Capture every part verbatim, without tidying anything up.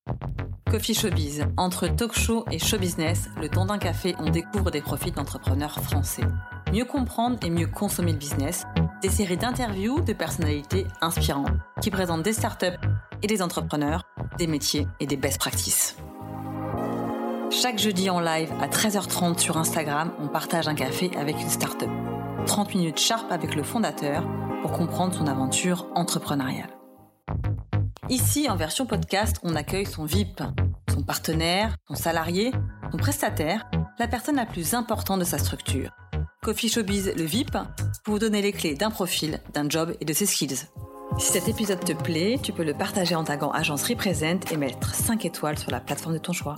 Coffee Showbiz, entre talk show et show business, le temps d'un café, on découvre des profils d'entrepreneurs français. Mieux comprendre et mieux consommer le business, des séries d'interviews de personnalités inspirantes qui présentent des startups et des entrepreneurs, des métiers et des best practices. Chaque jeudi en live à treize heures trente sur Instagram, on partage un café avec une startup. trente minutes sharp avec le fondateur pour comprendre son aventure entrepreneuriale. Ici, en version podcast, on accueille son V I P, son partenaire, son salarié, son prestataire, la personne la plus importante de sa structure. Coffee Showbiz, le V I P, pour vous donner les clés d'un profil, d'un job et de ses skills. Si cet épisode te plaît, tu peux le partager en taguant Agence Represent et mettre cinq étoiles sur la plateforme de ton choix.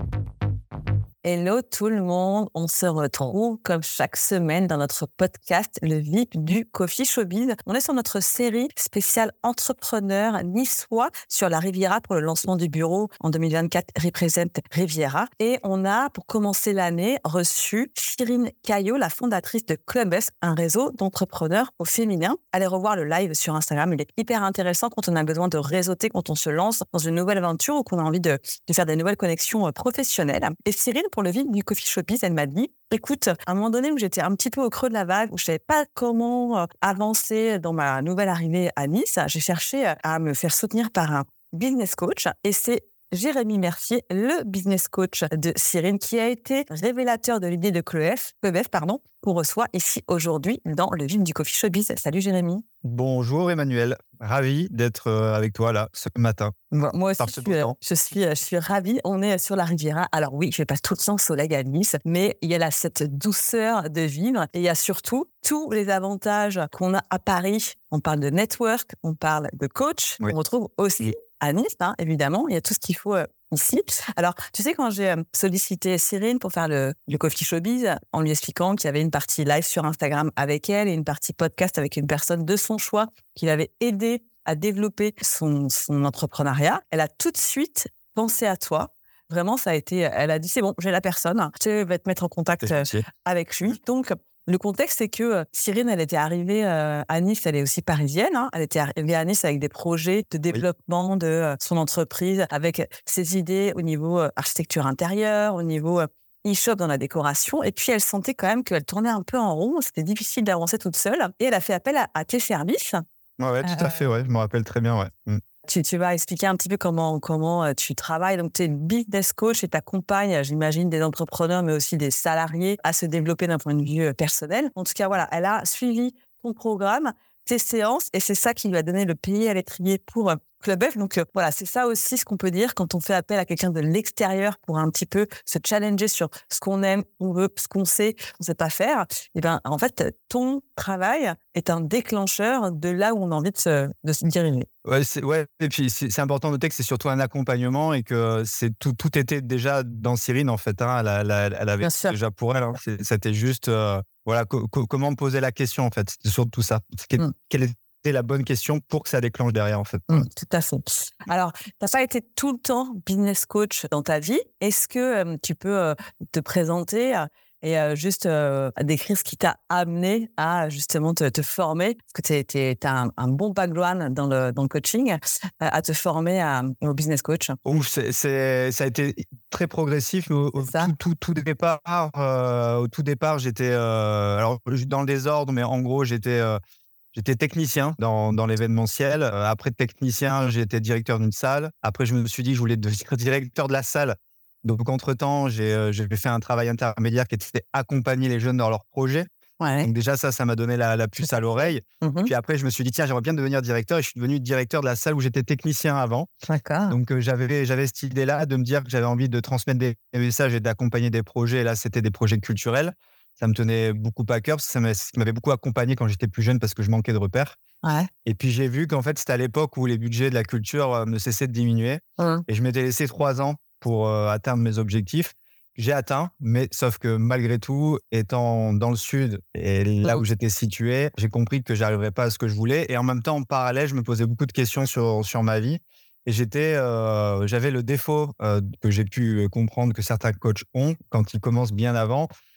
Hello tout le monde, on se retrouve comme chaque semaine dans notre podcast, le V I P du Coffee Showbiz. On est sur notre série spéciale entrepreneur niçois sur la Riviera pour le lancement du bureau en deux mille vingt-quatre Represent Riviera. Et on a, pour commencer l'année, reçu Cyrine Caillot, la fondatrice de Club S, un réseau d'entrepreneurs au féminin. Allez revoir le live sur Instagram, il est hyper intéressant quand on a besoin de réseauter, quand on se lance dans une nouvelle aventure ou qu'on a envie de, de faire des nouvelles connexions professionnelles. Et Cyrine, pour le V I P du Coffee Showbiz, elle m'a dit, écoute, à un moment donné où j'étais un petit peu au creux de la vague, où je savais pas comment avancer dans ma nouvelle arrivée à Nice, j'ai cherché à me faire soutenir par un business coach et c'est Jérémy Mercier, le business coach de Cyrine, qui a été révélateur de l'idée de Club F, Club F, pardon, qu'on reçoit ici aujourd'hui dans le V I P du Coffee Showbiz. Salut Jérémy. Bonjour Emmanuel, ravi d'être avec toi là ce matin. Moi, moi aussi, je suis, je, suis, je suis ravie. On est sur la Riviera. Alors oui, je vais pas tout le temps au soleil à Nice, mais il y a là cette douceur de vivre et il y a surtout tous les avantages qu'on a à Paris. On parle de network, on parle de coach, oui. On retrouve aussi oui. à Nice, hein, évidemment. Il y a tout ce qu'il faut euh, ici. Alors, tu sais, quand j'ai euh, sollicité Cyrine pour faire le, le Coffee Showbiz, en lui expliquant qu'il y avait une partie live sur Instagram avec elle et une partie podcast avec une personne de son choix qui l'avait aidé à développer son, son entrepreneuriat, elle a tout de suite pensé à toi. Vraiment, ça a été, elle a dit, c'est bon, j'ai la personne, je vais te mettre en contact avec lui. Donc, le contexte, c'est que Cyrine, elle était arrivée à Nice, elle est aussi parisienne, hein, elle était arrivée à Nice avec des projets de développement oui. de son entreprise, avec ses idées au niveau architecture intérieure, au niveau e-shop dans la décoration. Et puis, elle sentait quand même qu'elle tournait un peu en rond, c'était difficile d'avancer toute seule. Et elle a fait appel à, à tes services. Ouais, ouais, tout euh, à fait, ouais. Je me rappelle très bien, ouais. Mm. Tu, tu vas expliquer un petit peu comment, comment tu travailles. Donc, tu es business coach et tu accompagnes, j'imagine, des entrepreneurs, mais aussi des salariés à se développer d'un point de vue personnel. En tout cas, voilà, elle a suivi ton programme, tes séances, et c'est ça qui lui a donné le pied à l'étrier pour Club F. Donc, euh, voilà, c'est ça aussi ce qu'on peut dire quand on fait appel à quelqu'un de l'extérieur pour un petit peu se challenger sur ce qu'on aime, on veut, ce qu'on sait, on sait pas faire. Et ben, en fait, ton travail est un déclencheur de là où on a envie de se, de se diriger. Ouais, c'est, ouais, et puis c'est, c'est important de noter que c'est surtout un accompagnement et que c'est tout, tout était déjà dans Cyrine, en fait. Hein, elle, elle, elle avait déjà pour elle. Hein, c'était juste, euh, voilà, co- co- comment poser la question, en fait. C'était surtout tout ça. Quelle, mm. quelle est la bonne question pour que ça déclenche derrière, en fait. Mm, tout à fait. Alors, tu n'as pas été tout le temps business coach dans ta vie. Est-ce que euh, tu peux euh, te présenter euh, et euh, juste euh, décrire ce qui t'a amené à justement te, te former, parce que tu as un, un bon background dans le, dans le coaching, euh, à te former à, au business coach? Ouf, c'est, c'est, ça a été très progressif. Mais au, au tout, tout, tout départ, euh, au tout départ, j'étais euh, alors dans le désordre, mais en gros, j'étais euh, J'étais technicien dans, dans l'événementiel. Euh, après technicien, j'ai été directeur d'une salle. Après, je me suis dit que je voulais devenir directeur de la salle. Donc, entre-temps, j'ai, euh, j'ai fait un travail intermédiaire qui était accompagner les jeunes dans leurs projets. Ouais. Donc déjà, ça, ça m'a donné la, la puce à l'oreille. Mm-hmm. Puis après, je me suis dit, tiens, j'aimerais bien devenir directeur. Et je suis devenu directeur de la salle où j'étais technicien avant. D'accord. Donc, euh, j'avais, j'avais cette idée-là de me dire que j'avais envie de transmettre des messages et d'accompagner des projets. Et là, c'était des projets culturels. Ça me tenait beaucoup à cœur parce que ça m'a, ça m'avait beaucoup accompagné quand j'étais plus jeune parce que je manquais de repères. Ouais. Et puis, j'ai vu qu'en fait, c'était à l'époque où les budgets de la culture euh, ne cessaient de diminuer. Mmh. Et je m'étais laissé trois ans pour euh, atteindre mes objectifs. J'ai atteint, mais sauf que malgré tout, étant dans le sud et là mmh. où j'étais situé, j'ai compris que j'arriverais pas à ce que je voulais. Et en même temps, en parallèle, je me posais beaucoup de questions sur, sur ma vie. Et j'étais, euh, j'avais le défaut euh, que j'ai pu comprendre que certains coachs ont quand ils commencent bien avant,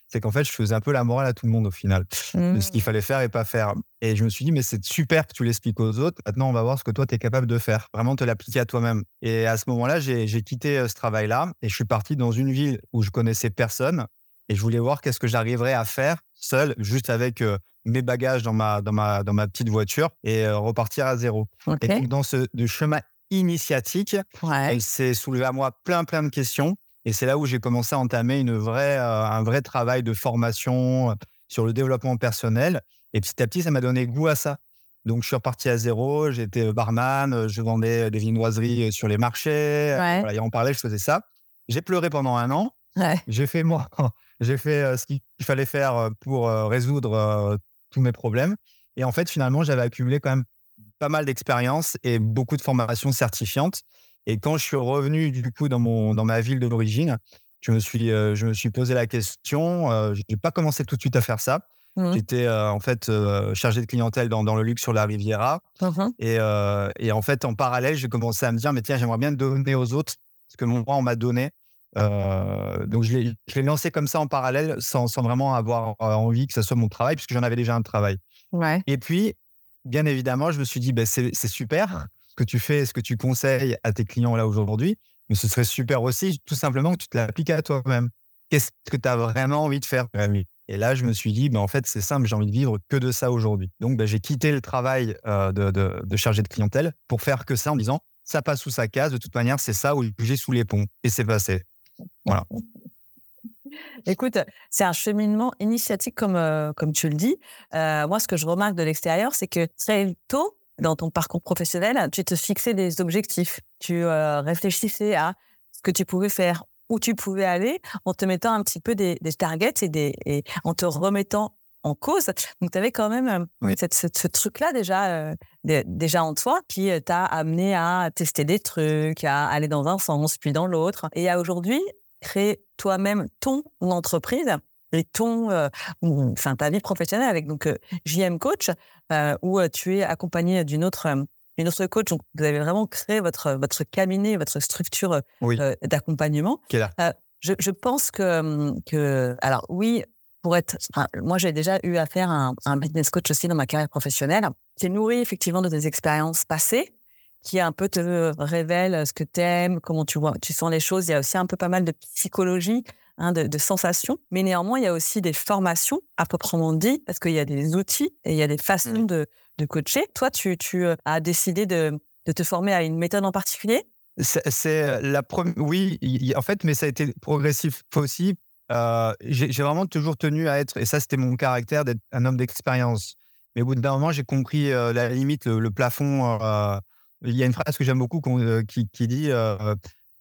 c'est qu'en fait, je faisais un peu la morale à tout le monde au final, mmh. de ce qu'il fallait faire et pas faire. Et je me suis dit, mais c'est super que tu l'expliques aux autres. Maintenant, on va voir ce que toi, tu es capable de faire. Vraiment te l'appliquer à toi-même. Et à ce moment-là, j'ai, j'ai quitté euh, ce travail-là et je suis parti dans une ville où je connaissais personne et je voulais voir qu'est-ce que j'arriverais à faire seul, juste avec euh, mes bagages dans ma, dans, ma, dans ma petite voiture et euh, repartir à zéro. Okay. Et donc, dans ce de chemin initiatique, ouais. elle s'est soulevée à moi plein, plein de questions. Et c'est là où j'ai commencé à entamer une vraie, euh, un vrai travail de formation euh, sur le développement personnel. Et petit à petit, ça m'a donné goût à ça. Donc, je suis reparti à zéro. J'étais barman, je vendais des viennoiseries sur les marchés. Ouais. Voilà, et en parlait, je faisais ça. J'ai pleuré pendant un an. Ouais. J'ai fait, moi, j'ai fait euh, ce qu'il fallait faire pour euh, résoudre euh, tous mes problèmes. Et en fait, finalement, j'avais accumulé quand même pas mal d'expérience et beaucoup de formations certifiantes. Et quand je suis revenu du coup dans, mon, dans ma ville d'origine, je me suis, euh, je me suis posé la question. Euh, je n'ai pas commencé tout de suite à faire ça. Mmh. J'étais euh, en fait euh, chargé de clientèle dans, dans le luxe sur la Riviera. Mmh. Et, euh, et en fait, en parallèle, j'ai commencé à me dire, mais tiens, j'aimerais bien donner aux autres ce que moi, on m'a donné. Euh, donc, je l'ai, je l'ai lancé comme ça en parallèle sans, sans vraiment avoir envie que ça soit mon travail, puisque j'en avais déjà un travail. Ouais. Et puis, bien évidemment, je me suis dit, ben, c'est, c'est super ce que tu fais, ce que tu conseilles à tes clients là aujourd'hui, mais ce serait super aussi, tout simplement, que tu te l'appliques à toi-même. Qu'est-ce que tu as vraiment envie de faire, Rémi ? Et là, je me suis dit, ben, en fait, c'est simple, j'ai envie de vivre que de ça aujourd'hui. Donc, ben, j'ai quitté le travail euh, de, de, de chargé de clientèle pour faire que ça en disant, ça passe sous sa case, de toute manière, c'est ça où j'ai sous les ponts. Et c'est passé. Voilà. Écoute, c'est un cheminement initiatique comme, euh, comme tu le dis. Euh, moi, ce que je remarque de l'extérieur, c'est que très tôt, dans ton parcours professionnel, tu te fixais des objectifs. Tu euh, réfléchissais à ce que tu pouvais faire, où tu pouvais aller, en te mettant un petit peu des, des targets et, des, et en te remettant en cause. Donc, tu avais quand même oui. cette, cette, ce truc-là déjà, euh, de, déjà en toi qui t'a amené à tester des trucs, à aller dans un sens, puis dans l'autre. Et à aujourd'hui, créer toi-même ton entreprise et ton, euh, enfin ta vie professionnelle avec donc euh, J M Coach, euh, où euh, tu es accompagné d'une autre, euh, une autre coach. Donc vous avez vraiment créé votre votre cabinet, votre structure oui. euh, d'accompagnement. Euh, je, je pense que que alors oui. Pour être, enfin, moi, j'ai déjà eu affaire à un, un business coach aussi dans ma carrière professionnelle, qui est nourri effectivement de tes expériences passées, qui un peu te révèle ce que tu aimes, comment tu vois, tu sens les choses. Il y a aussi un peu pas mal de psychologie, hein, de, de sensations. Mais néanmoins, il y a aussi des formations à proprement dit, parce qu'il y a des outils et il y a des façons mmh. de, de coacher. Toi, tu, tu as décidé de, de te former à une méthode en particulier ? C'est, c'est la première. Oui, y, en fait, mais ça a été progressif aussi. Euh, j'ai, j'ai vraiment toujours tenu à être, et ça, c'était mon caractère, d'être un homme d'expérience. Mais au bout d'un moment, j'ai compris euh, la limite, le, le plafond. Euh, il y a une phrase que j'aime beaucoup euh, qui, qui dit euh,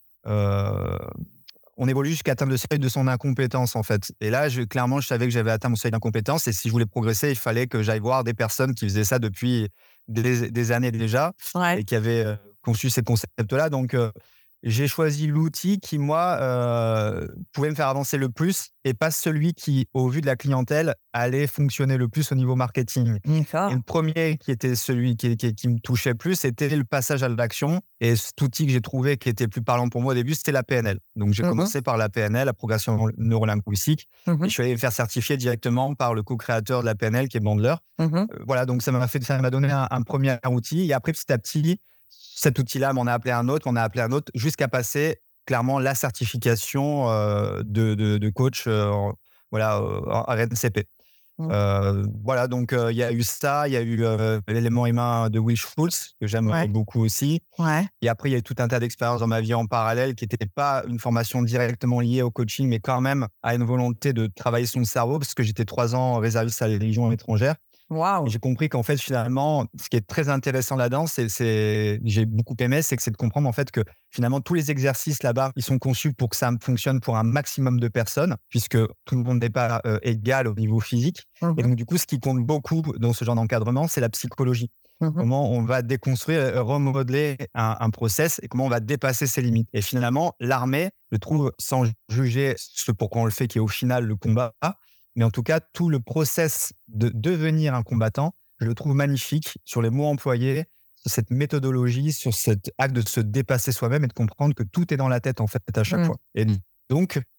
euh, on évolue jusqu'à atteindre le seuil de son incompétence, en fait. Et là, je, clairement, je savais que j'avais atteint mon seuil d'incompétence. Et si je voulais progresser, il fallait que j'aille voir des personnes qui faisaient ça depuis des, des années déjà ouais. et qui avaient euh, conçu ces concepts-là. Donc, euh, j'ai choisi l'outil qui, moi, euh, pouvait me faire avancer le plus et pas celui qui, au vu de la clientèle, allait fonctionner le plus au niveau marketing. D'accord. Et le premier qui était celui qui, qui, qui me touchait plus, c'était le passage à l'action. Et cet outil que j'ai trouvé qui était plus parlant pour moi au début, c'était la P N L. Donc, j'ai mm-hmm. commencé par la P N L, la progression neurolinguistique. Mm-hmm. Et je suis allé me faire certifier directement par le co-créateur de la P N L, qui est Bandler. Mm-hmm. Euh, voilà, donc ça m'a, fait, ça m'a donné un, un premier outil. Et après, petit à petit, cet outil-là, m'en a appelé un autre, m'en a appelé un autre, jusqu'à passer clairement la certification euh, de, de, de coach euh, voilà, euh, R N C P. Mmh. Euh, voilà, donc il euh, y a eu ça, il y a eu euh, l'élément humain de Will Schultz, que j'aime ouais. beaucoup aussi. Ouais. Et après, il y a eu tout un tas d'expériences dans ma vie en parallèle qui n'étaient pas une formation directement liée au coaching, mais quand même à une volonté de travailler son cerveau, parce que j'étais trois ans réserviste à la Légion étrangère. Wow. Et j'ai compris qu'en fait, finalement, ce qui est très intéressant là-dedans, c'est, c'est, j'ai beaucoup aimé, c'est que c'est de comprendre en fait que finalement, tous les exercices là-bas, ils sont conçus pour que ça fonctionne pour un maximum de personnes, puisque tout le monde n'est pas euh, égal au niveau physique. Mmh. Et donc, du coup, ce qui compte beaucoup dans ce genre d'encadrement, c'est la psychologie. Mmh. Comment on va déconstruire, remodeler un, un process et comment on va dépasser ses limites. Et finalement, l'armée, je trouve, sans juger ce pourquoi on le fait, qui est au final le combat, mais en tout cas, tout le process de devenir un combattant, je le trouve magnifique sur les mots employés, sur cette méthodologie, sur cet acte de se dépasser soi-même et de comprendre que tout est dans la tête, en fait, à chaque mmh. fois. Et donc,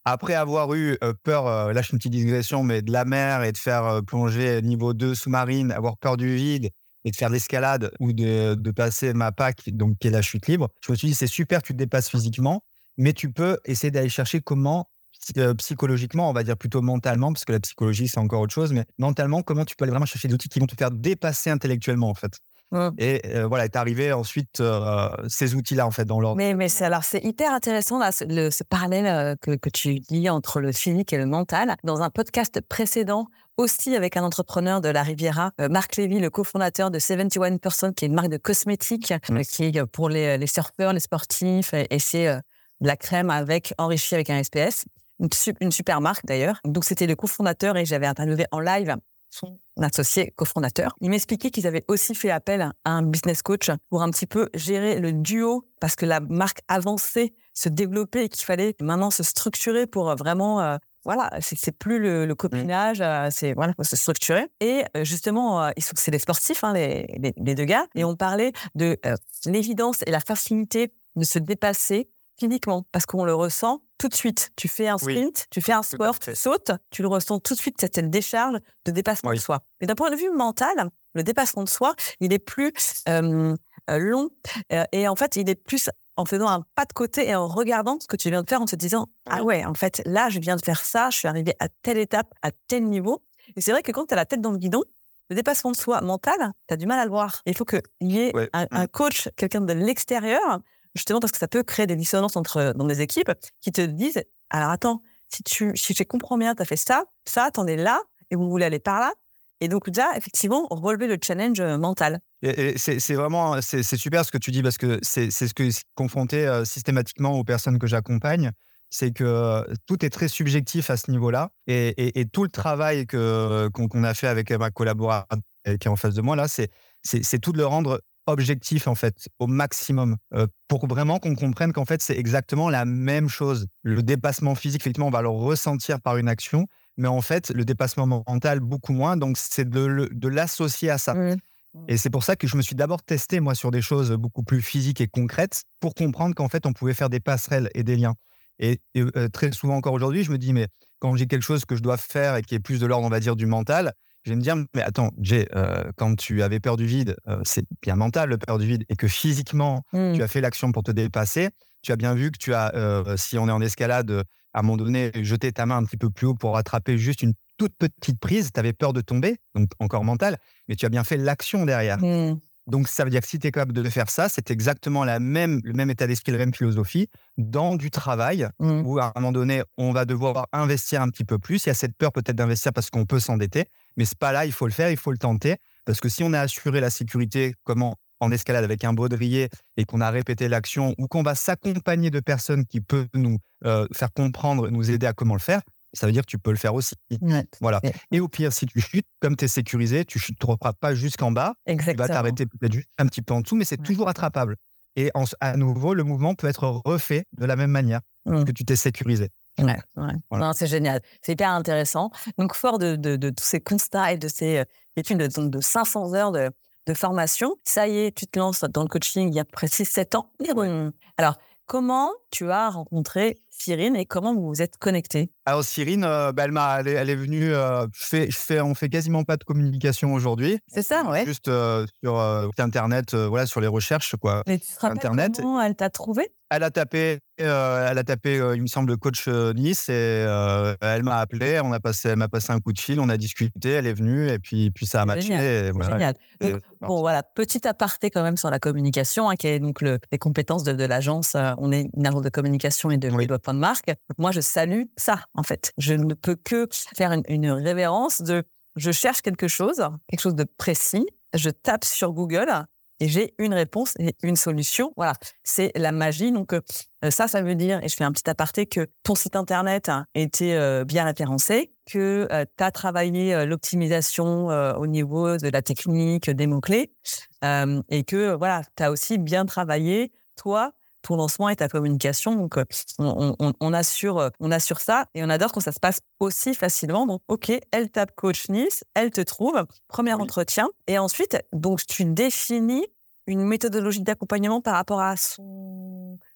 après avoir eu euh, peur, euh, là je fais une petite digression, mais de la mer et de faire euh, plonger niveau deux sous-marine, avoir peur du vide et de faire de l'escalade ou de, de passer ma P A C, donc qui est la chute libre, je me suis dit c'est super, tu te dépasses physiquement, mais tu peux essayer d'aller chercher comment euh, psychologiquement, on va dire plutôt mentalement, parce que la psychologie c'est encore autre chose, mais mentalement, comment tu peux aller vraiment chercher des outils qui vont te faire dépasser intellectuellement en fait. Mmh. Et euh, voilà, est arrivé ensuite euh, ces outils-là en fait dans l'ordre. Mais, mais c'est, alors c'est hyper intéressant là, ce, le, ce parallèle euh, que, que tu dis entre le physique et le mental. Dans un podcast précédent, aussi avec un entrepreneur de la Riviera, euh, Marc Lévy, le cofondateur de soixante et un Percent, qui est une marque de cosmétiques mmh. euh, qui est pour les, les surfeurs, les sportifs, et, et c'est euh, de la crème avec enrichie avec un S P S, une, une super marque d'ailleurs. Donc c'était le cofondateur et j'avais interviewé en live son associé cofondateur. Il m'expliquait qu'ils avaient aussi fait appel à un business coach pour un petit peu gérer le duo parce que la marque avançait, se développait et qu'il fallait maintenant se structurer pour vraiment... Euh, voilà, c'est, c'est plus le, le copinage, euh, c'est voilà, faut se structurer. Et euh, justement, euh, ils sont, c'est des sportifs, hein, les, les, les deux gars. Et on parlait de euh, l'évidence et la facilité de se dépasser physiquement, parce qu'on le ressent tout de suite. Tu fais un sprint, oui, tu fais un sport, tu sautes, tu le ressens tout de suite, cette décharge de dépassement oui. de soi. Mais d'un point de vue mental, le dépassement de soi, il est plus euh, euh, long euh, et en fait, il est plus en faisant un pas de côté et en regardant ce que tu viens de faire, en te disant « Ah ouais, en fait, là, je viens de faire ça, je suis arrivé à telle étape, à tel niveau. » Et c'est vrai que quand tu as la tête dans le guidon, le dépassement de soi mental, tu as du mal à le voir. Il faut qu'il y ait ouais. un, un coach, quelqu'un de l'extérieur, justement parce que ça peut créer des dissonances entre, dans des équipes qui te disent « Alors attends, si, tu, si je comprends bien, tu as fait ça, ça, t'en es là, et vous voulez aller par là. » Et donc déjà, effectivement, relever le challenge mental. Et, et c'est, c'est vraiment c'est, c'est super ce que tu dis, parce que c'est, c'est ce que je confrontais euh, systématiquement aux personnes que j'accompagne. C'est que euh, tout est très subjectif à ce niveau-là. Et, et, et tout le travail que, qu'on, qu'on a fait avec ma collaboratrice qui est en face de moi, là, c'est, c'est, c'est tout de le rendre objectif en fait au maximum euh, pour vraiment qu'on comprenne qu'en fait c'est exactement la même chose. Le dépassement physique, effectivement, on va le ressentir par une action, mais en fait le dépassement mental beaucoup moins, donc c'est de, de l'associer à ça. Mmh. Et c'est pour ça que je me suis d'abord testé moi sur des choses beaucoup plus physiques et concrètes pour comprendre qu'en fait on pouvait faire des passerelles et des liens. Et, et euh, très souvent encore aujourd'hui je me dis mais quand j'ai quelque chose que je dois faire et qui est plus de l'ordre on va dire du mental, je vais me dire, mais attends, Jay, euh, quand tu avais peur du vide, euh, c'est bien mental le peur du vide, et que physiquement, mmh. tu as fait l'action pour te dépasser, tu as bien vu que tu as, euh, si on est en escalade, à un moment donné, jeté ta main un petit peu plus haut pour attraper juste une toute petite prise, tu avais peur de tomber, donc encore mental, mais tu as bien fait l'action derrière. Mmh. Donc ça veut dire que si tu es capable de faire ça, c'est exactement la même, le même état d'esprit, la même philosophie, dans du travail, mmh. où à un moment donné, on va devoir investir un petit peu plus. Il y a cette peur peut-être d'investir parce qu'on peut s'endetter, mais c'est pas là, il faut le faire, il faut le tenter. Parce que si on a assuré la sécurité, comment en escalade avec un baudrier, et qu'on a répété l'action, ou qu'on va s'accompagner de personnes qui peuvent nous euh, faire comprendre, nous aider à comment le faire, ça veut dire que tu peux le faire aussi. Ouais, voilà. Fait. Et au pire, si tu chutes, comme tu es sécurisé, tu ne te reprends pas jusqu'en bas. Exactement. Tu vas t'arrêter peut-être juste un petit peu en dessous, mais c'est ouais. toujours attrapable. Et en, à nouveau, le mouvement peut être refait de la même manière mmh. que tu t'es sécurisé. Ouais, ouais. Voilà. Non, c'est génial. C'est hyper intéressant. Donc, fort de, de, de tous ces constats et de ces études de, de cinq cents heures de, de formation, ça y est, tu te lances dans le coaching il y a à peu près six sept ans. Alors, comment tu as rencontré Cyrine et comment vous vous êtes connectés? Alors Cyrine, euh, bah, elle, m'a, elle, est, elle est venue, euh, je fais, je fais, on fait quasiment pas de communication aujourd'hui. C'est ça, ouais. Juste euh, sur euh, Internet, euh, voilà, sur les recherches, quoi. Mais tu te rappelles Internet. Comment elle t'a trouvé? Elle a tapé, euh, elle a tapé, euh, il me semble, coach euh, Nice, et euh, elle m'a appelé, on a passé, elle m'a passé un coup de fil, on a discuté, elle est venue, et puis, puis ça a matché. Génial. Et voilà. Génial. Donc, et, bon, voilà, petit aparté quand même sur la communication, hein, qui est donc le, les compétences de, de l'agence. Euh, on est une agence de communication et de oui. point de marque. Donc, moi, je salue ça, en fait. Je ne peux que faire une, une révérence de, je cherche quelque chose, quelque chose de précis, je tape sur Google. Et j'ai une réponse et une solution. Voilà, c'est la magie. Donc euh, ça, ça veut dire, et je fais un petit aparté, que ton site internet a été euh, bien référencé, que euh, tu as travaillé euh, l'optimisation euh, au niveau de la technique, des mots-clés, euh, et que voilà, tu as aussi bien travaillé, toi, ton lancement et ta communication. Donc, on, on, on, assure, on assure ça et on adore quand ça se passe aussi facilement. Donc, OK, elle tape coach Nice, elle te trouve, premier oui. entretien. Et ensuite, donc, tu définis une méthodologie d'accompagnement par rapport à son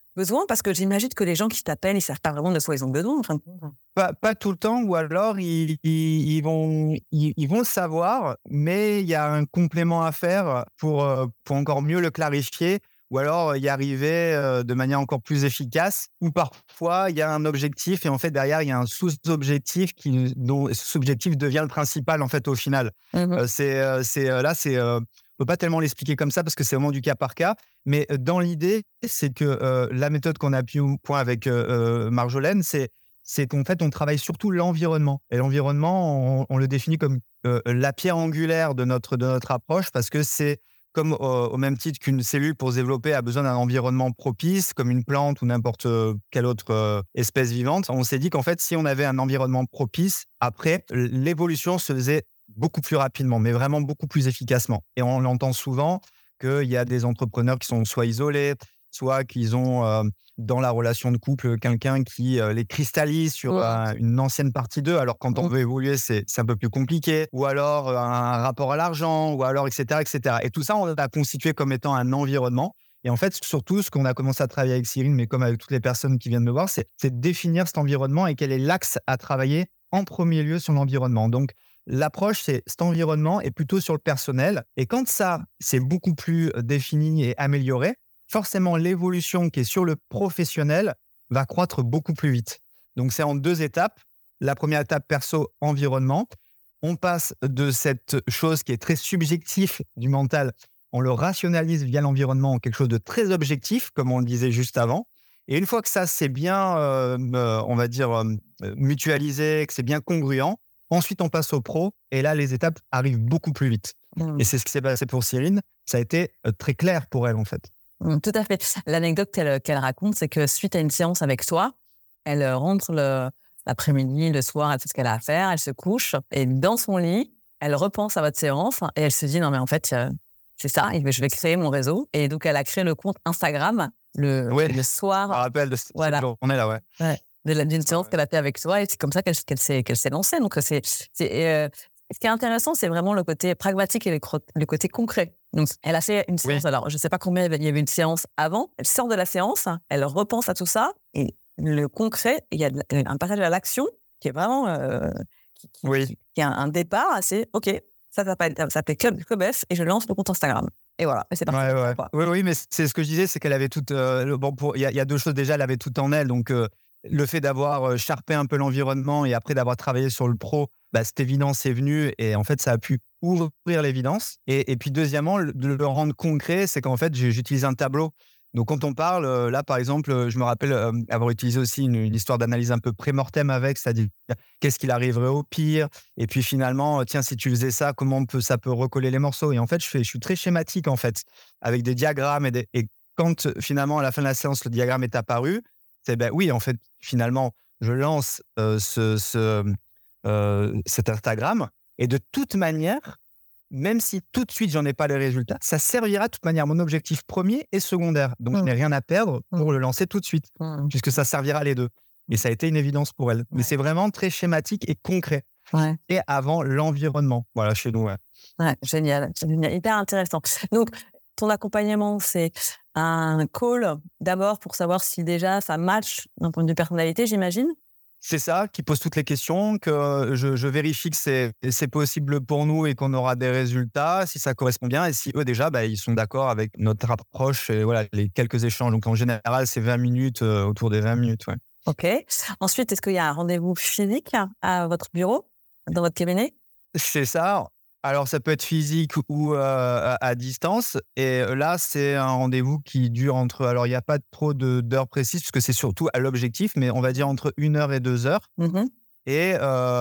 besoin? Parce que j'imagine que les gens qui t'appellent, ils savent pas vraiment de quoi ils ont besoin, en fin de compte. Pas, pas tout le temps, ou alors ils, ils, ils vont, ils, ils vont le savoir, mais il y a un complément à faire pour, euh, pour encore mieux le clarifier, ou alors y arriver euh, de manière encore plus efficace, ou parfois il y a un objectif et en fait derrière il y a un sous-objectif qui, dont ce sous-objectif devient le principal en fait au final. Mmh. Euh, c'est, euh, c'est, euh, là, c'est, euh, on peut pas tellement l'expliquer comme ça parce que c'est vraiment du cas par cas, mais dans l'idée, c'est que euh, la méthode qu'on a mis au point avec euh, euh, Marjolaine, c'est c'est qu'en fait, on travaille surtout l'environnement. Et l'environnement, on, on le définit comme euh, la pierre angulaire de notre, de notre approche parce que c'est comme euh, au même titre qu'une cellule pour se développer a besoin d'un environnement propice, comme une plante ou n'importe quelle autre euh, espèce vivante. On s'est dit qu'en fait, si on avait un environnement propice, après, l'évolution se faisait beaucoup plus rapidement, mais vraiment beaucoup plus efficacement. Et on l'entend souvent qu'il y a des entrepreneurs qui sont soit isolés, soit qu'ils ont euh, dans la relation de couple quelqu'un qui euh, les cristallise sur Ouais. euh, une ancienne partie d'eux, alors quand on Mmh. veut évoluer, c'est, c'est un peu plus compliqué, ou alors euh, un rapport à l'argent, ou alors et cetera, et cetera. Et tout ça, on l'a constitué comme étant un environnement. Et en fait, surtout, ce qu'on a commencé à travailler avec Cyrine, mais comme avec toutes les personnes qui viennent me voir, c'est, c'est de définir cet environnement et quel est l'axe à travailler en premier lieu sur l'environnement. Donc, l'approche, c'est cet environnement est plutôt sur le personnel. Et quand ça, c'est beaucoup plus défini et amélioré, forcément, l'évolution qui est sur le professionnel va croître beaucoup plus vite. Donc, c'est en deux étapes. La première étape, perso, environnement. On passe de cette chose qui est très subjective du mental, on le rationalise via l'environnement en quelque chose de très objectif, comme on le disait juste avant. Et une fois que ça, c'est bien, euh, euh, on va dire, euh, mutualisé, que c'est bien congruent, ensuite, on passe au pro. Et là, les étapes arrivent beaucoup plus vite. Mmh. Et c'est ce qui s'est passé pour Cyrine. Ça a été euh, très clair pour elle, en fait. Mmh, tout à fait. L'anecdote qu'elle, qu'elle raconte, c'est que suite à une séance avec toi, elle rentre le, l'après-midi, le soir, elle fait ce qu'elle a à faire, elle se couche et dans son lit, elle repense à votre séance et elle se dit non mais en fait euh, c'est ça, et je vais créer mon réseau. Et donc elle a créé le compte Instagram le, Ouais. le soir. Je me rappelle de cette Voilà. journée-là, ouais. Ouais, de la, d'une séance Ouais. qu'elle a fait avec toi et c'est comme ça qu'elle, qu'elle, s'est, qu'elle s'est lancée. Donc c'est, c'est euh, ce qui est intéressant, c'est vraiment le côté pragmatique et le, cro- le côté concret. Donc, elle a fait une séance, Oui. alors je ne sais pas combien il y avait une séance avant, elle sort de la séance, elle repense à tout ça, et le concret, il y a un passage à l'action qui est vraiment, euh, qui, qui, Oui. qui, qui a un départ, c'est OK, ça s'appelle, ça s'appelle Club Clubef et je lance le compte Instagram. Et voilà, et c'est parti. Ouais, ouais. Quoi. Oui, oui, mais c'est ce que je disais, c'est qu'elle avait tout. Euh, bon, pour il y, y a deux choses déjà, elle avait tout en elle. Donc, euh, le fait d'avoir euh, charpé un peu l'environnement et après d'avoir travaillé sur le pro, bah, cette évidence est venue et en fait, ça a pu ouvrir l'évidence. Et, et puis, deuxièmement, le- de le rendre concret, c'est qu'en fait, j'ai- j'utilise un tableau. Donc, quand on parle, euh, là, par exemple, euh, je me rappelle euh, avoir utilisé aussi une, une histoire d'analyse un peu pré-mortem avec, c'est-à-dire qu'est-ce qu'il arriverait au pire. Et puis, finalement, euh, tiens, si tu faisais ça, comment on peut, ça peut recoller les morceaux. Et en fait, je, fais, je suis très schématique, en fait, avec des diagrammes. Et, des, et quand, euh, finalement, à la fin de la séance, le diagramme est apparu, c'est ben oui, en fait, finalement, je lance euh, ce, ce, euh, cet Instagram. Et de toute manière, même si tout de suite, j'en ai pas les résultats, ça servira de toute manière mon objectif premier et secondaire. Donc, je Mmh. n'ai rien à perdre pour Mmh. le lancer tout de suite, Mmh. puisque ça servira les deux. Et ça a été une évidence pour elle. Mais Ouais. c'est vraiment très schématique et concret. Ouais. Et avant l'environnement, voilà, chez nous. Ouais. Ouais, génial, génial, hyper intéressant. Donc, ton accompagnement, c'est un call d'abord pour savoir si déjà ça match d'un point de vue personnalité, j'imagine. C'est ça, qui pose toutes les questions, que je, je vérifie que c'est, c'est possible pour nous et qu'on aura des résultats, si ça correspond bien, et si eux déjà, bah, ils sont d'accord avec notre approche et voilà, les quelques échanges. Donc en général, c'est vingt minutes, euh, autour des vingt minutes. Ouais. OK. Ensuite, est-ce qu'il y a un rendez-vous physique à votre bureau, dans votre cabinet? C'est ça. Alors, ça peut être physique ou euh, à, à distance. Et là, c'est un rendez-vous qui dure entre... Alors, il n'y a pas trop de, d'heures précises, puisque c'est surtout à l'objectif, mais on va dire entre une heure et deux heures. Mmh. Et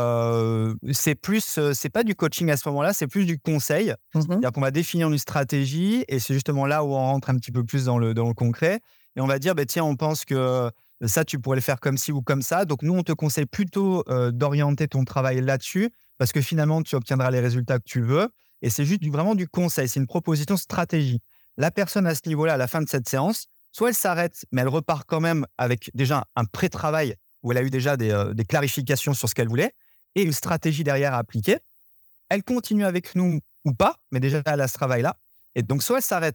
euh, c'est plus... C'est pas du coaching à ce moment-là, c'est plus du conseil. Mmh. C'est-à-dire qu'on va définir une stratégie, et c'est justement là où on rentre un petit peu plus dans le, dans le concret. Et on va dire, bah, tiens, on pense que ça, tu pourrais le faire comme ci ou comme ça. Donc, nous, on te conseille plutôt euh, d'orienter ton travail là-dessus, parce que finalement, tu obtiendras les résultats que tu veux. Et c'est juste du, vraiment du conseil. C'est une proposition stratégie. La personne à ce niveau-là, à la fin de cette séance, soit elle s'arrête, mais elle repart quand même avec déjà un pré-travail où elle a eu déjà des, euh, des clarifications sur ce qu'elle voulait et une stratégie derrière à appliquer. Elle continue avec nous ou pas, mais déjà elle a ce travail-là. Et donc, soit elle s'arrête là,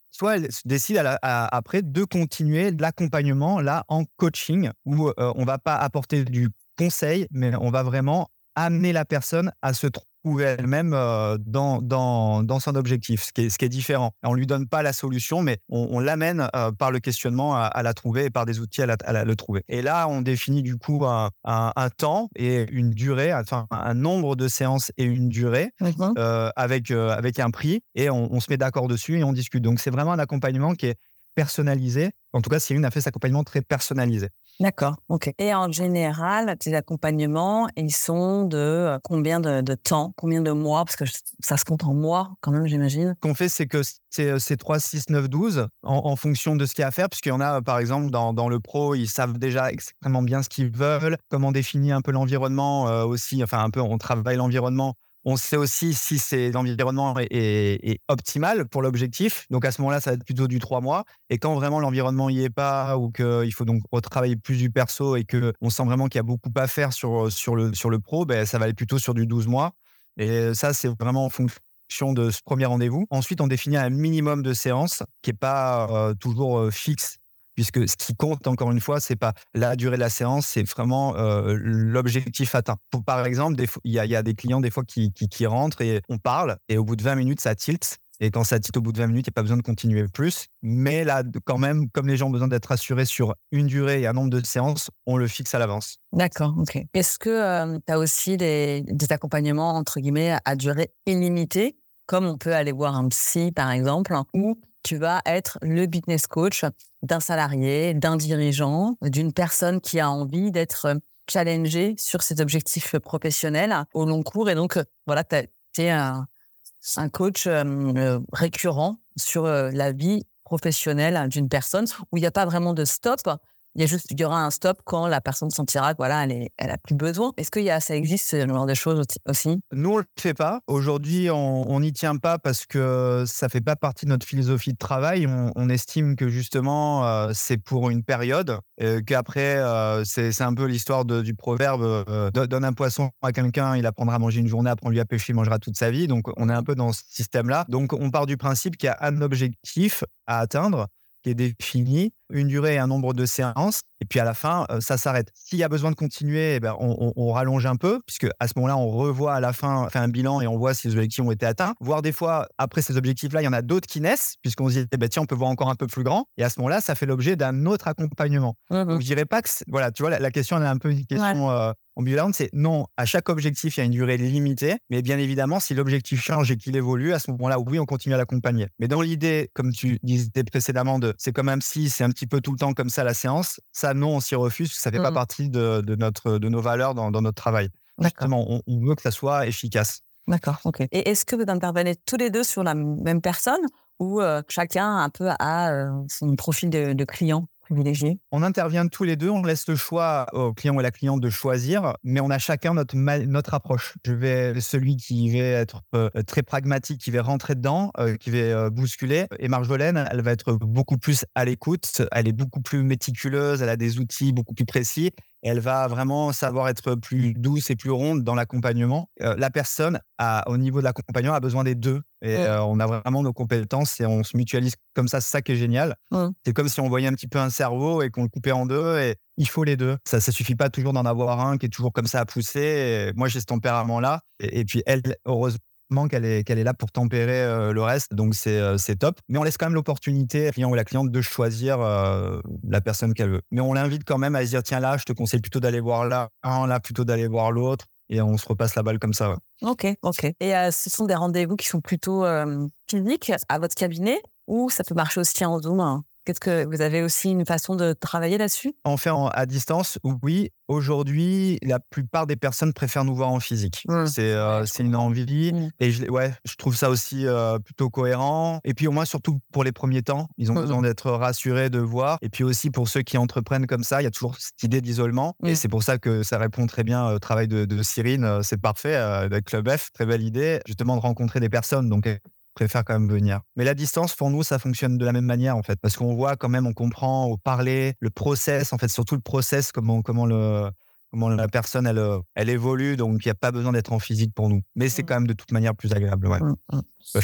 soit elle décide à la, à, après de continuer l'accompagnement là en coaching où euh, on va pas apporter du conseil, mais on va vraiment amener la personne à se trouver elle-même euh, dans, dans, dans son objectif, ce qui est, ce qui est différent. On ne lui donne pas la solution, mais on, on l'amène euh, par le questionnement à, à la trouver et par des outils à, la, à la, le trouver. Et là, on définit du coup un, un, un temps et une durée, enfin un nombre de séances et une durée mm-hmm. euh, avec, euh, avec un prix et on, on se met d'accord dessus et on discute. Donc, c'est vraiment un accompagnement qui est personnalisé. En tout cas, Cyrine a fait cet accompagnement très personnalisé. D'accord, ok. Et en général, tes accompagnements, ils sont de combien de, de temps, combien de mois? Parce que ça se compte en mois quand même, j'imagine. Ce qu'on fait, c'est que c'est, c'est trois, six, neuf, douze en, en fonction de ce qu'il y a à faire. Puisqu'il y en a, par exemple, dans, dans le pro, ils savent déjà extrêmement bien ce qu'ils veulent, comment définir un peu l'environnement euh, aussi. Enfin, un peu, on travaille l'environnement. On sait aussi si c'est, l'environnement est, est, est optimal pour l'objectif. Donc, à ce moment-là, ça va être plutôt du trois mois. Et quand vraiment l'environnement n'y est pas ou qu'il faut donc retravailler plus du perso et qu'on sent vraiment qu'il y a beaucoup à faire sur, sur, le, sur le pro, ben, ça va aller plutôt sur du douze mois. Et ça, c'est vraiment en fonction de ce premier rendez-vous. Ensuite, on définit un minimum de séances qui n'est pas euh, toujours euh, fixe. Puisque ce qui compte, encore une fois, c'est pas la durée de la séance, c'est vraiment euh, l'objectif atteint. Pour, par exemple, il y, y a des clients des fois qui, qui, qui rentrent et on parle et au bout de vingt minutes, ça tilte. Et quand ça tilte au bout de vingt minutes, il n'y a pas besoin de continuer plus. Mais là, quand même, comme les gens ont besoin d'être assurés sur une durée et un nombre de séances, on le fixe à l'avance. D'accord, ok. Est-ce que euh, tu as aussi des, des accompagnements, entre guillemets, à durée illimitée, comme on peut aller voir un psy, par exemple, ou tu vas être le business coach d'un salarié, d'un dirigeant, d'une personne qui a envie d'être challengée sur ses objectifs professionnels au long cours. Et donc, voilà, tu es un, un coach euh, récurrent sur euh, la vie professionnelle d'une personne où il n'y a pas vraiment de stop. Il y a juste, il y aura un stop quand la personne sentira que voilà, elle, est, elle a plus besoin. Est-ce que y a, ça existe ce genre de choses aussi? Nous, on le fait pas. Aujourd'hui, on n'y tient pas parce que ça fait pas partie de notre philosophie de travail. On, on estime que justement, euh, c'est pour une période, euh, qu'après, euh, c'est, c'est un peu l'histoire de, du proverbe euh, donne un poisson à quelqu'un, il apprendra à manger une journée, apprends-lui à pêcher, il mangera toute sa vie. Donc, on est un peu dans ce système-là. Donc, on part du principe qu'il y a un objectif à atteindre qui est défini, une durée et un nombre de séances, et puis à la fin, euh, ça s'arrête. S'il y a besoin de continuer, eh ben, on, on, on rallonge un peu, puisque à ce moment-là, on revoit à la fin, on fait un bilan et on voit si les objectifs ont été atteints. Voire des fois, après ces objectifs-là, il y en a d'autres qui naissent, puisqu'on se dit, eh ben, tiens, on peut voir encore un peu plus grand, et à ce moment-là, ça fait l'objet d'un autre accompagnement. Mmh. Donc, je dirais pas que, voilà, tu vois, la, la question, elle est un peu une question ouais. euh, ambulante, c'est non, à chaque objectif, il y a une durée limitée, mais bien évidemment, si l'objectif change et qu'il évolue, à ce moment-là, oui, on continue à l'accompagner. Mais dans l'idée, comme tu disais précédemment, de, c'est comme un psy, c'est un petit peu tout le temps comme ça la séance, ça, non, on s'y refuse, parce que ça ne fait mmh. pas partie de, de, notre, de nos valeurs dans, dans notre travail. Justement, on, on veut que ça soit efficace. D'accord, ok. Et est-ce que vous intervenez tous les deux sur la même personne ou euh, chacun un peu a euh, son profil de, de client privilégié? On intervient tous les deux, on laisse le choix au client ou à la cliente de choisir, mais on a chacun notre, notre approche. Je vais celui qui va être euh, très pragmatique, qui va rentrer dedans, euh, qui va euh, bousculer. Et Marjolaine, elle va être beaucoup plus à l'écoute, elle est beaucoup plus méticuleuse, elle a des outils beaucoup plus précis. Et elle va vraiment savoir être plus douce et plus ronde dans l'accompagnement. Euh, la personne, a, au niveau de l'accompagnement, a besoin des deux. Et mmh. euh, on a vraiment nos compétences et on se mutualise comme ça. C'est ça qui est génial. Mmh. C'est comme si on voyait un petit peu un cerveau et qu'on le coupait en deux. Et il faut les deux. Ça ne suffit pas toujours d'en avoir un qui est toujours comme ça à pousser. Et moi, j'ai ce tempérament-là. Et, et puis, elle, heureusement, qu'elle est, qu'elle est là pour tempérer euh, le reste, donc c'est, euh, c'est top. Mais on laisse quand même l'opportunité au client ou la cliente de choisir euh, la personne qu'elle veut. Mais on l'invite quand même à se dire, tiens là, je te conseille plutôt d'aller voir là, un là plutôt d'aller voir l'autre, et on se repasse la balle comme ça. Ouais. Ok, ok. Et euh, ce sont des rendez-vous qui sont plutôt euh, physiques à votre cabinet, ou ça peut marcher aussi en Zoom, hein? Qu'est-ce que vous avez aussi une façon de travailler là-dessus? En faire en, à distance, oui. Aujourd'hui, la plupart des personnes préfèrent nous voir en physique. Mmh. C'est, euh, ouais, c'est une envie. Mmh. Et je, ouais, je trouve ça aussi euh, plutôt cohérent. Et puis au moins, surtout pour les premiers temps, ils ont mmh. besoin d'être rassurés, de voir. Et puis aussi pour ceux qui entreprennent comme ça, il y a toujours cette idée d'isolement. Mmh. Et c'est pour ça que ça répond très bien au travail de, de Cyrine. C'est parfait euh, avec Club F. Très belle idée, justement, de rencontrer des personnes. Donc, préfère quand même venir. Mais la distance, pour nous, ça fonctionne de la même manière, en fait, parce qu'on voit quand même, on comprend au parler, le process, en fait, surtout le process, comment, comment, le, comment la personne, elle, elle évolue, donc il n'y a pas besoin d'être en physique pour nous. Mais c'est quand même de toute manière plus agréable, ouais. Mmh. Je préfère.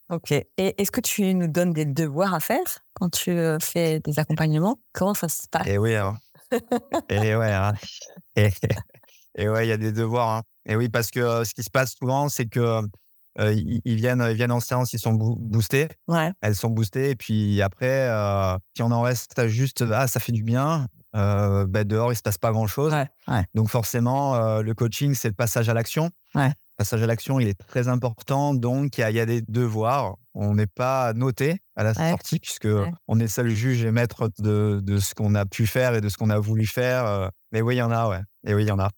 Ok. Et est-ce que tu nous donnes des devoirs à faire quand tu euh, fais des accompagnements? Comment ça se passe? Et oui, hein. Et ouais, hein. Et, et ouais, il y a des devoirs. Hein. Et oui, parce que euh, ce qui se passe souvent, c'est que euh, ils, ils viennent, ils viennent en séance, ils sont boo- boostés. Ouais. Elles sont boostées. Et puis après, euh, si on en reste à juste, ah, ça fait du bien, euh, ben dehors, il se passe pas grand-chose. Ouais. Ouais. Donc forcément, euh, le coaching, c'est le passage à l'action. Ouais. Le passage à l'action, il est très important. Donc, il y, a- il y a des devoirs. On n'est pas noté à la Ouais. sortie puisque Ouais. on est seul juge et maître de, de ce qu'on a pu faire et de ce qu'on a voulu faire. euh. Mais oui, il y en a, ouais. Et oui, il y en a.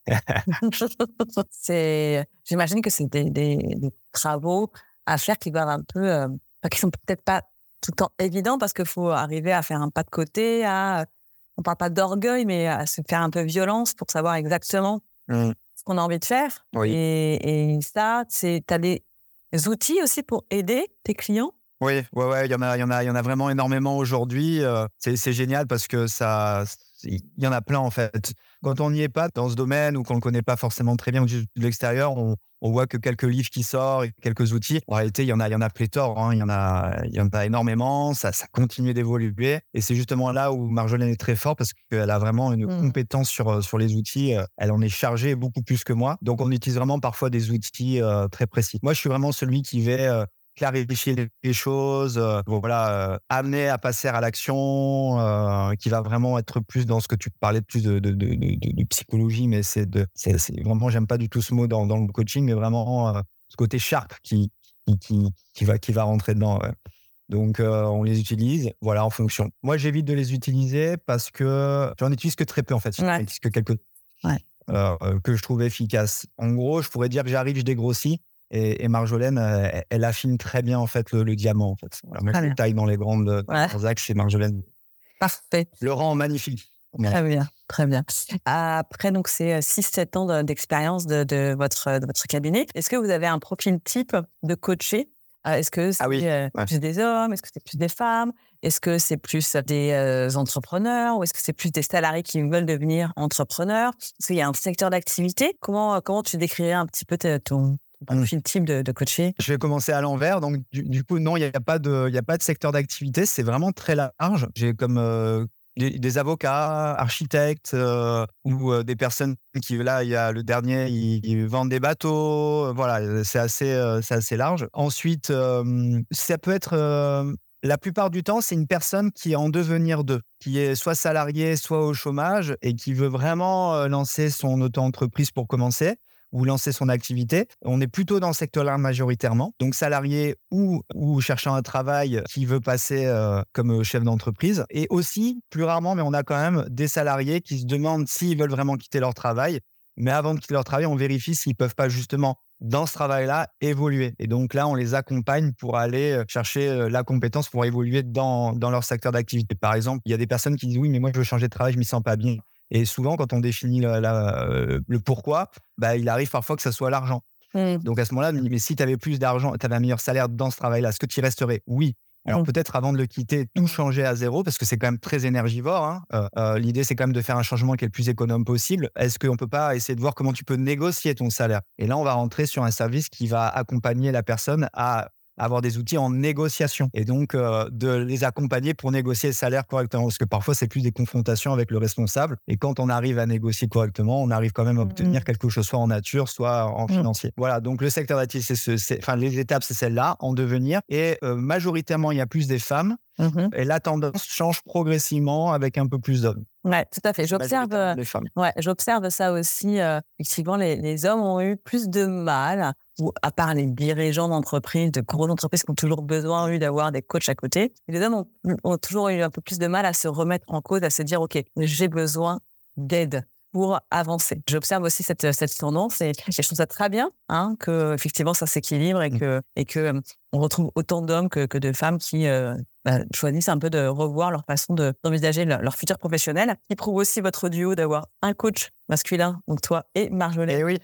C'est, j'imagine que c'est des, des, des travaux à faire qui doivent un peu, euh, enfin, qui sont peut-être pas tout le temps évidents parce qu'il faut arriver à faire un pas de côté, à, on parle pas d'orgueil, mais à se faire un peu violence pour savoir exactement Mm. ce qu'on a envie de faire. Oui. Et, et ça, c'est, t'as des outils aussi pour aider tes clients? Oui, ouais, ouais, il y en a, il y en a, il y en a vraiment énormément aujourd'hui. Euh, c'est, c'est génial parce que ça, il y en a plein en fait. Quand on n'y est pas dans ce domaine ou qu'on ne le connaît pas forcément très bien ou juste de l'extérieur, on, on voit que quelques livres qui sortent et quelques outils. En réalité, il y en a, il y en a pléthore. Hein, il y en a, il y en a énormément. Ça, ça continue d'évoluer. Et c'est justement là où Marjolaine est très forte parce qu'elle a vraiment une Mm. compétence sur sur les outils. Elle en est chargée beaucoup plus que moi. Donc, on utilise vraiment parfois des outils euh, très précis. Moi, je suis vraiment celui qui va euh, clarifier les- les choses, euh, bon, voilà, euh, amener à passer à l'action, euh, qui va vraiment être plus dans ce que tu parlais de plus de, de, de, de- de psychologie, mais c'est de, c'est, c'est vraiment, j'aime pas du tout ce mot dans, dans le coaching, mais vraiment euh, ce côté sharp qui, qui, qui, qui va, qui va rentrer dedans. Ouais. Donc, euh, on les utilise, voilà, en fonction. Moi, j'évite de les utiliser parce que j'en utilise que très peu, en fait. J'en Ouais. utilise que quelques Ouais. euh, euh, que je trouve efficaces. En gros, je pourrais dire que j'arrive, je dégrossis. Et, et Marjolaine, euh, elle, elle affine très bien en fait le, le diamant. En fait. Voilà, moi, Très je bien. taille dans les grandes dans Ouais. les grands axes chez Marjolaine. Parfait. Le rend magnifique. Voilà. Très bien, très bien. Après, donc, c'est six sept ans de- d'expérience de, de, votre, de votre cabinet. Est-ce que vous avez un profil type de coaché? Euh, Est-ce que c'est Ah oui, euh, ouais. plus des hommes? Est-ce que c'est plus des femmes? Est-ce que c'est plus des euh, entrepreneurs? Ou est-ce que c'est plus des salariés qui veulent devenir entrepreneurs? Est-ce qu'il y a un secteur d'activité? Comment, comment tu décrirais un petit peu ta- ton, ton profil type de, de coaché? Je vais commencer à l'envers. Donc, du, du coup, non, il n'y a, pas de- il y a pas de secteur d'activité. C'est vraiment très large. J'ai comme euh, des, des avocats, architectes euh, ou euh, des personnes qui, là, il y a le dernier, ils, ils vendent des bateaux. Voilà, c'est assez, euh, c'est assez large. Ensuite, euh, ça peut être... euh, la plupart du temps, c'est une personne qui est en devenir d'eux, qui est soit salarié, soit au chômage et qui veut vraiment euh, lancer son auto-entreprise pour commencer ou lancer son activité. On est plutôt dans ce secteur-là majoritairement. Donc, salarié ou, ou cherchant un travail qui veut passer euh, comme chef d'entreprise. Et aussi, plus rarement, mais on a quand même des salariés qui se demandent s'ils veulent vraiment quitter leur travail. Mais avant de quitter leur travail, on vérifie s'ils ne peuvent pas justement, dans ce travail-là, évoluer. Et donc là, on les accompagne pour aller chercher la compétence pour évoluer dans, dans leur secteur d'activité. Par exemple, il y a des personnes qui disent « Oui, mais moi, je veux changer de travail, je ne m'y sens pas bien ». Et souvent, quand on définit la, la, euh, le pourquoi, bah, il arrive parfois que ça soit l'argent. Mmh. Donc à ce moment-là, mais si tu avais plus d'argent, tu avais un meilleur salaire dans ce travail-là, est-ce que tu y resterais? Oui. Alors mmh. peut-être avant de le quitter, tout changer à zéro, parce que c'est quand même très énergivore. Hein. Euh, euh, l'idée, c'est quand même de faire un changement qui est le plus économe possible. Est-ce qu'on ne peut pas essayer de voir comment tu peux négocier ton salaire? Et là, on va rentrer sur un service qui va accompagner la personne à avoir des outils en négociation et donc euh, de les accompagner pour négocier le salaire correctement, parce que parfois c'est plus des confrontations avec le responsable et quand on arrive à négocier correctement, on arrive quand même à obtenir mmh. quelque chose soit en nature, soit en financier. Mmh. Voilà, donc le secteur d'activité, c'est, c'est, enfin les étapes, c'est celle-là, en devenir, et euh, majoritairement il y a plus des femmes. Mmh. Et la tendance change progressivement avec un peu plus d'hommes. Ouais, tout à fait. J'observe, euh, ouais, j'observe ça aussi. Euh, effectivement, les, les hommes ont eu plus de mal, ou à part les dirigeants d'entreprises, de grosses entreprises qui ont toujours besoin eu, d'avoir des coachs à côté. Les hommes ont, ont toujours eu un peu plus de mal à se remettre en cause, à se dire, OK, j'ai besoin d'aide pour avancer. J'observe aussi cette, cette tendance et, et je trouve ça très bien hein, que effectivement ça s'équilibre et que, et que euh, on retrouve autant d'hommes que, que de femmes qui euh, bah, choisissent un peu de revoir leur façon de, d'envisager leur, leur futur professionnel. Qui prouve aussi votre duo d'avoir un coach masculin, donc toi et Marjolaine. Et oui.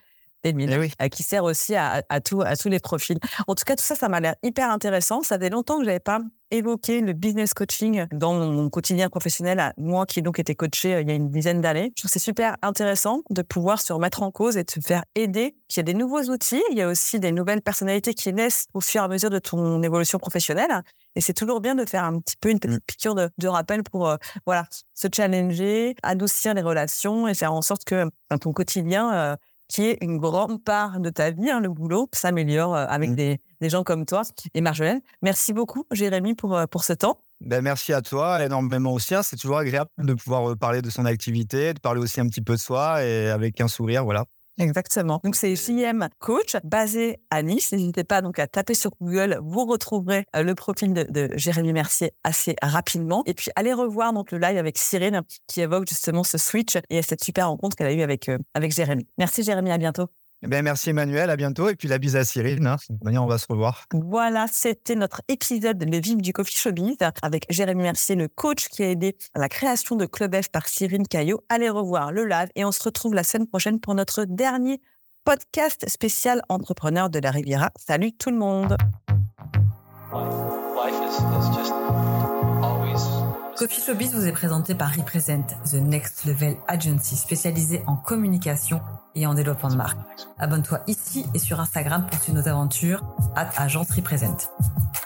des mille, oui. euh, qui sert aussi à, à, tout, à tous les profils. En tout cas, tout ça, ça m'a l'air hyper intéressant. Ça fait longtemps que je n'avais pas évoqué le business coaching dans mon quotidien professionnel, moi qui ai donc été coachée il y a une dizaine d'années. Je trouve que c'est super intéressant de pouvoir se remettre en cause et de se faire aider. Il y a des nouveaux outils, il y a aussi des nouvelles personnalités qui naissent au fur et à mesure de ton évolution professionnelle. Et c'est toujours bien de faire un petit peu une petite piqûre de, de rappel pour euh, voilà, se challenger, adoucir les relations et faire en sorte que dans ton quotidien, euh, qui est une grande part de ta vie, hein, le boulot, s'améliore euh, avec mmh. des, des gens comme toi et Marjolaine. Merci beaucoup, Jérémy, pour, euh, pour ce temps. Ben, merci à toi, énormément aussi. Hein. C'est toujours agréable de pouvoir parler de son activité, de parler aussi un petit peu de soi et avec un sourire, voilà. Exactement. Donc, c'est J M Coach basé à Nice. N'hésitez pas donc à taper sur Google. Vous retrouverez le profil de, de Jérémy Mercier assez rapidement. Et puis, allez revoir donc le live avec Cyrine qui évoque justement ce switch et cette super rencontre qu'elle a eue avec, euh, avec Jérémy. Merci Jérémy, à bientôt. Eh bien, merci Emmanuel, à bientôt. Et puis la bise à Cyrine, hein. De toute manière, on va se revoir. Voilà, c'était notre épisode Le Vif du Coffee Showbiz avec Jérémy Mercier, le coach qui a aidé à la création de Club F par Cyrine Caillot. Allez revoir le live et on se retrouve la semaine prochaine pour notre dernier podcast spécial entrepreneur de la Riviera. Salut tout le monde. Coffee Showbiz vous est présenté par Represent, The Next Level Agency spécialisée en communication et en développement de marque. Abonne-toi ici et sur Instagram pour suivre nos aventures at agence Represent.